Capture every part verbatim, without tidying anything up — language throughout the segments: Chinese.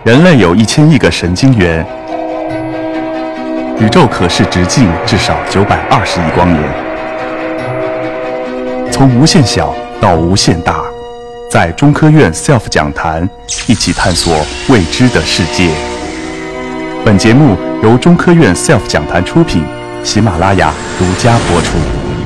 人类有一千亿个神经元，宇宙可视直径至少九百二十亿光年。从无限小到无限大，在中科院 S E L F 讲坛一起探索未知的世界。本节目由中科院 S E L F 讲坛出品，喜马拉雅独家播出。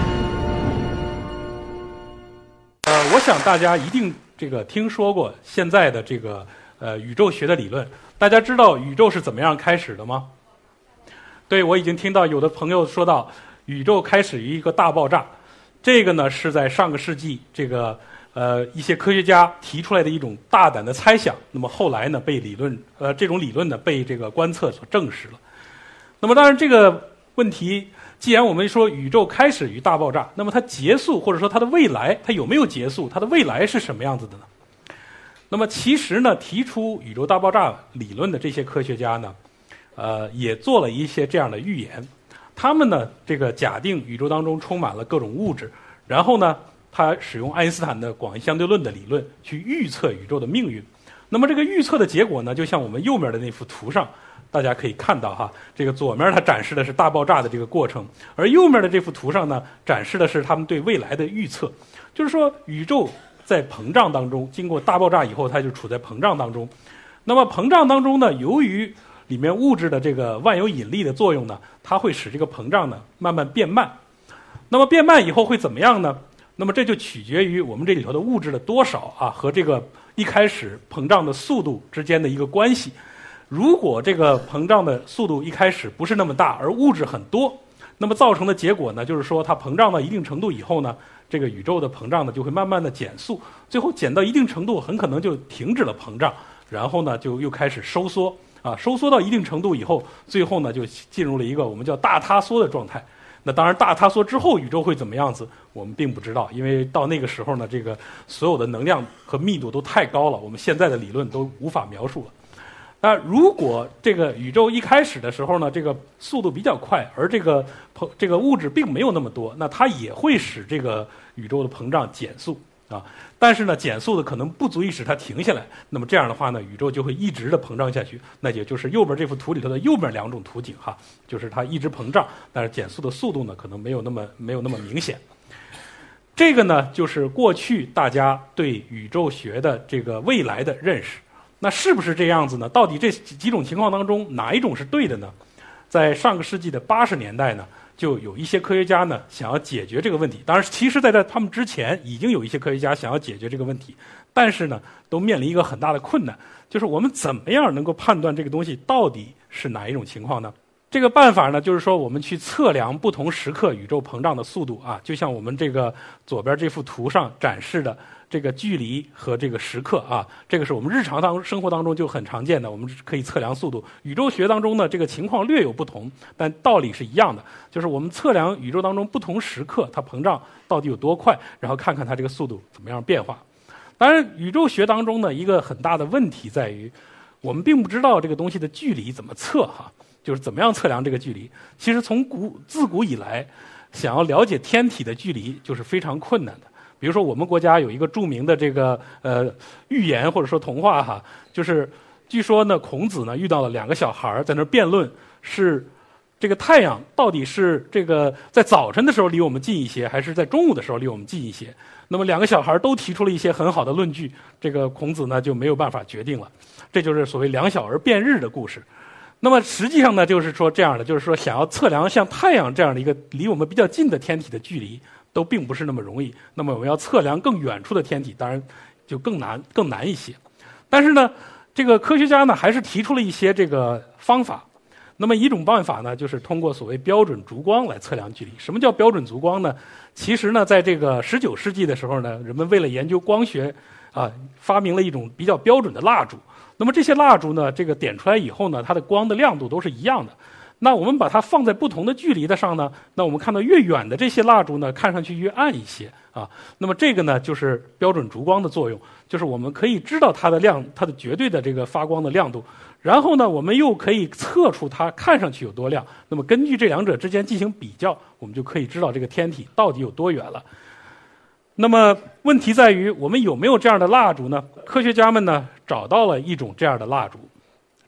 呃，我想大家一定这个听说过现在的这个呃宇宙学的理论。大家知道宇宙是怎么样开始的吗？对，我已经听到有的朋友说到，宇宙开始于一个大爆炸。这个呢是在上个世纪这个呃一些科学家提出来的一种大胆的猜想。那么后来呢被理论呃这种理论呢被这个观测所证实了。那么当然这个问题，既然我们说宇宙开始于大爆炸，那么它结束或者说它的未来，它有没有结束？它的未来是什么样子的呢？那么其实呢，提出宇宙大爆炸理论的这些科学家呢，呃，也做了一些这样的预言。他们呢，这个假定宇宙当中充满了各种物质，然后呢，他使用爱因斯坦的广义相对论的理论去预测宇宙的命运。那么这个预测的结果呢，就像我们右面的那幅图上，大家可以看到哈，这个左面它展示的是大爆炸的这个过程，而右面的这幅图上呢，展示的是他们对未来的预测。就是说，宇宙在膨胀当中，经过大爆炸以后，它就处在膨胀当中。那么膨胀当中呢，由于里面物质的这个万有引力的作用呢，它会使这个膨胀呢慢慢变慢。那么变慢以后会怎么样呢？那么这就取决于我们这里头的物质的多少啊，和这个一开始膨胀的速度之间的一个关系。如果这个膨胀的速度一开始不是那么大，而物质很多，那么造成的结果呢，就是说它膨胀到一定程度以后呢，这个宇宙的膨胀呢就会慢慢的减速，最后减到一定程度，很可能就停止了膨胀，然后呢就又开始收缩。啊，收缩到一定程度以后，最后呢就进入了一个我们叫大塌缩的状态。那当然，大塌缩之后宇宙会怎么样子，我们并不知道，因为到那个时候呢，这个所有的能量和密度都太高了，我们现在的理论都无法描述了。那如果这个宇宙一开始的时候呢，这个速度比较快，而这个膨这个物质并没有那么多，那它也会使这个宇宙的膨胀减速。啊，但是呢，减速的可能不足以使它停下来。那么这样的话呢，宇宙就会一直的膨胀下去。那也就是右边这幅图里头的右边两种图景哈，就是它一直膨胀，但是减速的速度呢，可能没有那么没有那么明显。这个呢，就是过去大家对宇宙学的这个未来的认识。那是不是这样子呢？到底这几种情况当中哪一种是对的呢？在上个世纪的八十年代呢，就有一些科学家呢想要解决这个问题。当然，其实在在他们之前已经有一些科学家想要解决这个问题，但是呢，都面临一个很大的困难，就是我们怎么样能够判断这个东西到底是哪一种情况呢？这个办法呢，就是说我们去测量不同时刻宇宙膨胀的速度啊，就像我们这个左边这幅图上展示的这个距离和这个时刻啊，这个是我们日常当生活当中就很常见的，我们可以测量速度。宇宙学当中呢，这个情况略有不同，但道理是一样的，就是我们测量宇宙当中不同时刻它膨胀到底有多快，然后看看它这个速度怎么样变化。当然，宇宙学当中呢，一个很大的问题在于，我们并不知道这个东西的距离怎么测哈。就是怎么样测量这个距离？其实从古自古以来，想要了解天体的距离就是非常困难的。比如说，我们国家有一个著名的这个呃寓言或者说童话哈，就是据说呢，孔子呢遇到了两个小孩在那辩论，是这个太阳到底是这个在早晨的时候离我们近一些，还是在中午的时候离我们近一些？那么两个小孩都提出了一些很好的论据，这个孔子呢就没有办法决定了。这就是所谓两小儿辩日的故事。那么实际上呢，就是说这样的，就是说想要测量像太阳这样的一个离我们比较近的天体的距离，都并不是那么容易。那么我们要测量更远处的天体，当然就更难更难一些。但是呢，这个科学家呢还是提出了一些这个方法。那么一种办法呢，就是通过所谓标准烛光来测量距离。什么叫标准烛光呢？其实呢，在这个十九世纪的时候呢，人们为了研究光学啊，发明了一种比较标准的蜡烛。那么这些蜡烛呢，这个点出来以后呢，它的光的亮度都是一样的。那我们把它放在不同的距离的上呢，那我们看到越远的这些蜡烛呢，看上去越暗一些啊。那么这个呢，就是标准烛光的作用，就是我们可以知道它的亮，它的绝对的这个发光的亮度，然后呢，我们又可以测出它看上去有多亮。那么根据这两者之间进行比较，我们就可以知道这个天体到底有多远了。那么问题在于，我们有没有这样的蜡烛呢？科学家们呢找到了一种这样的蜡烛，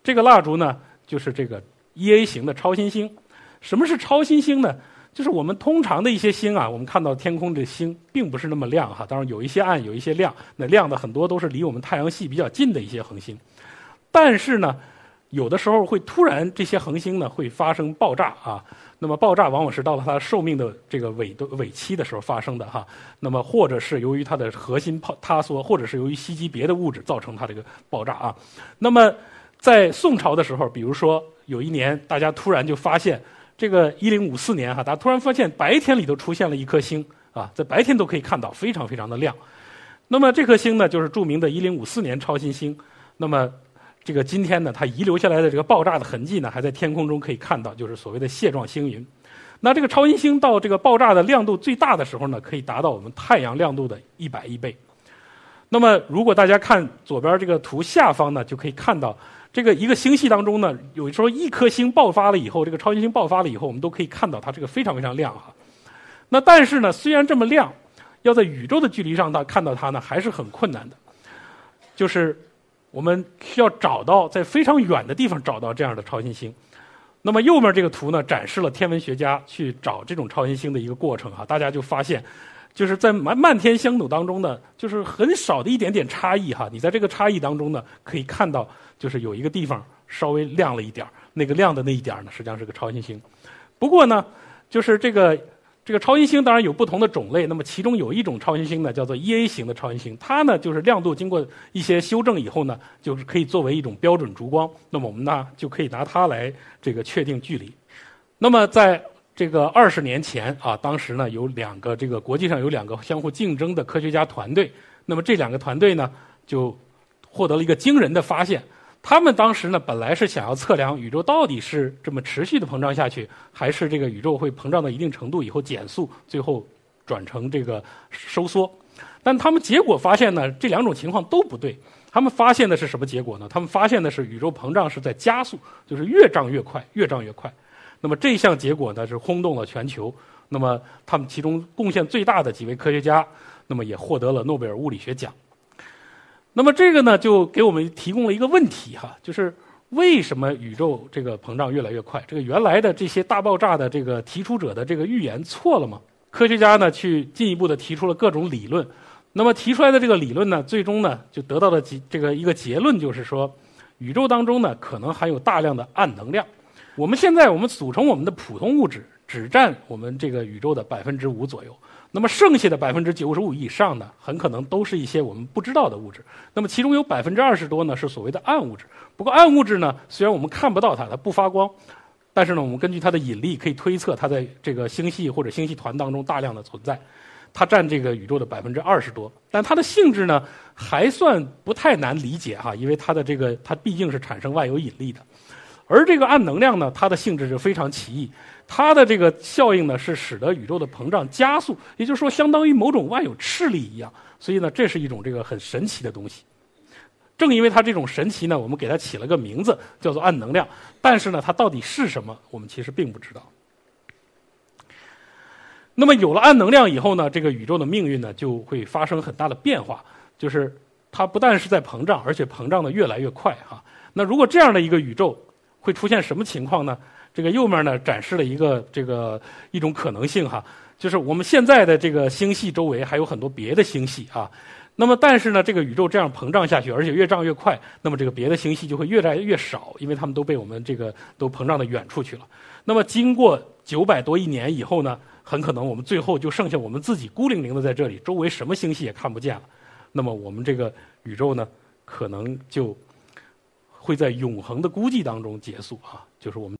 这个蜡烛呢，就是这个 E A 型的超新星。什么是超新星呢？就是我们通常的一些星啊，我们看到天空的星并不是那么亮哈，当然有一些暗，有一些亮，那亮的很多都是离我们太阳系比较近的一些恒星。但是呢，有的时候会突然这些恒星呢会发生爆炸啊，那么爆炸往往是到了它寿命的这个尾尾期的时候发生的哈，那么或者是由于它的核心塌缩，或者是由于袭击别的物质造成它这个爆炸啊。那么在宋朝的时候，比如说有一年大家突然就发现这个一零五四年哈，大家突然发现白天里头出现了一颗星啊，在白天都可以看到，非常非常的亮。那么这颗星呢，就是著名的一零五四年超新星。那么这个今天呢，它遗留下来的这个爆炸的痕迹呢，还在天空中可以看到，就是所谓的蟹状星云。那这个超新星到这个爆炸的亮度最大的时候呢，可以达到我们太阳亮度的一百亿倍。那么如果大家看左边这个图下方呢，就可以看到这个一个星系当中呢，有时候一颗星爆发了以后，这个超新星爆发了以后，我们都可以看到它这个非常非常亮哈。那但是呢，虽然这么亮，要在宇宙的距离上它看到它呢，还是很困难的。就是我们需要找到在非常远的地方找到这样的超新星。那么右面这个图呢，展示了天文学家去找这种超新星的一个过程哈。大家就发现，就是在漫漫天星斗当中呢，就是很少的一点点差异哈。你在这个差异当中呢，可以看到，就是有一个地方稍微亮了一点，那个亮的那一点呢，实际上是个超新星。不过呢，就是这个这个超新星当然有不同的种类，那么其中有一种超新星呢，叫做 E A 型的超新星，它呢就是亮度经过一些修正以后呢，就是可以作为一种标准烛光，那么我们呢就可以拿它来这个确定距离。那么在这个二十年前啊，当时呢有两个这个国际上有两个相互竞争的科学家团队，那么这两个团队呢就获得了一个惊人的发现。他们当时呢，本来是想要测量宇宙到底是这么持续的膨胀下去，还是这个宇宙会膨胀到一定程度以后减速，最后转成这个收缩。但他们结果发现呢，这两种情况都不对。他们发现的是什么结果呢？他们发现的是宇宙膨胀是在加速，就是越胀越快，越胀越快。那么这项结果呢，是轰动了全球。那么他们其中贡献最大的几位科学家，那么也获得了诺贝尔物理学奖。那么这个呢，就给我们提供了一个问题哈，就是为什么宇宙这个膨胀越来越快？这个原来的这些大爆炸的这个提出者的这个预言错了吗？科学家呢去进一步的提出了各种理论，那么提出来的这个理论呢，最终呢就得到了这个一个结论，就是说，宇宙当中呢可能含有大量的暗能量。我们现在我们组成我们的普通物质只占我们这个宇宙的百分之五左右。那么剩下的百分之九十五以上呢，很可能都是一些我们不知道的物质。那么其中有百分之二十多呢是所谓的暗物质。不过暗物质呢，虽然我们看不到它，它不发光，但是呢，我们根据它的引力可以推测它在这个星系或者星系团当中大量的存在。它占这个宇宙的百分之二十多，但它的性质呢还算不太难理解哈，因为它的这个它毕竟是产生万有引力的。而这个暗能量呢，它的性质是非常奇异，它的这个效应呢是使得宇宙的膨胀加速，也就是说相当于某种万有斥力一样，所以呢这是一种这个很神奇的东西。正因为它这种神奇呢，我们给它起了个名字叫做暗能量，但是呢它到底是什么，我们其实并不知道。那么有了暗能量以后呢，这个宇宙的命运呢就会发生很大的变化，就是它不但是在膨胀，而且膨胀的越来越快哈。那如果这样的一个宇宙会出现什么情况呢？这个右面呢展示了一个这个一种可能性哈，就是我们现在的这个星系周围还有很多别的星系啊。那么但是呢，这个宇宙这样膨胀下去，而且越胀越快，那么这个别的星系就会越来越少，因为它们都被我们这个都膨胀的远处去了。那么经过九百多亿年以后呢，很可能我们最后就剩下我们自己孤零零的在这里，周围什么星系也看不见了。那么我们这个宇宙呢，可能就会在永恒的孤寂当中结束啊，就是我们。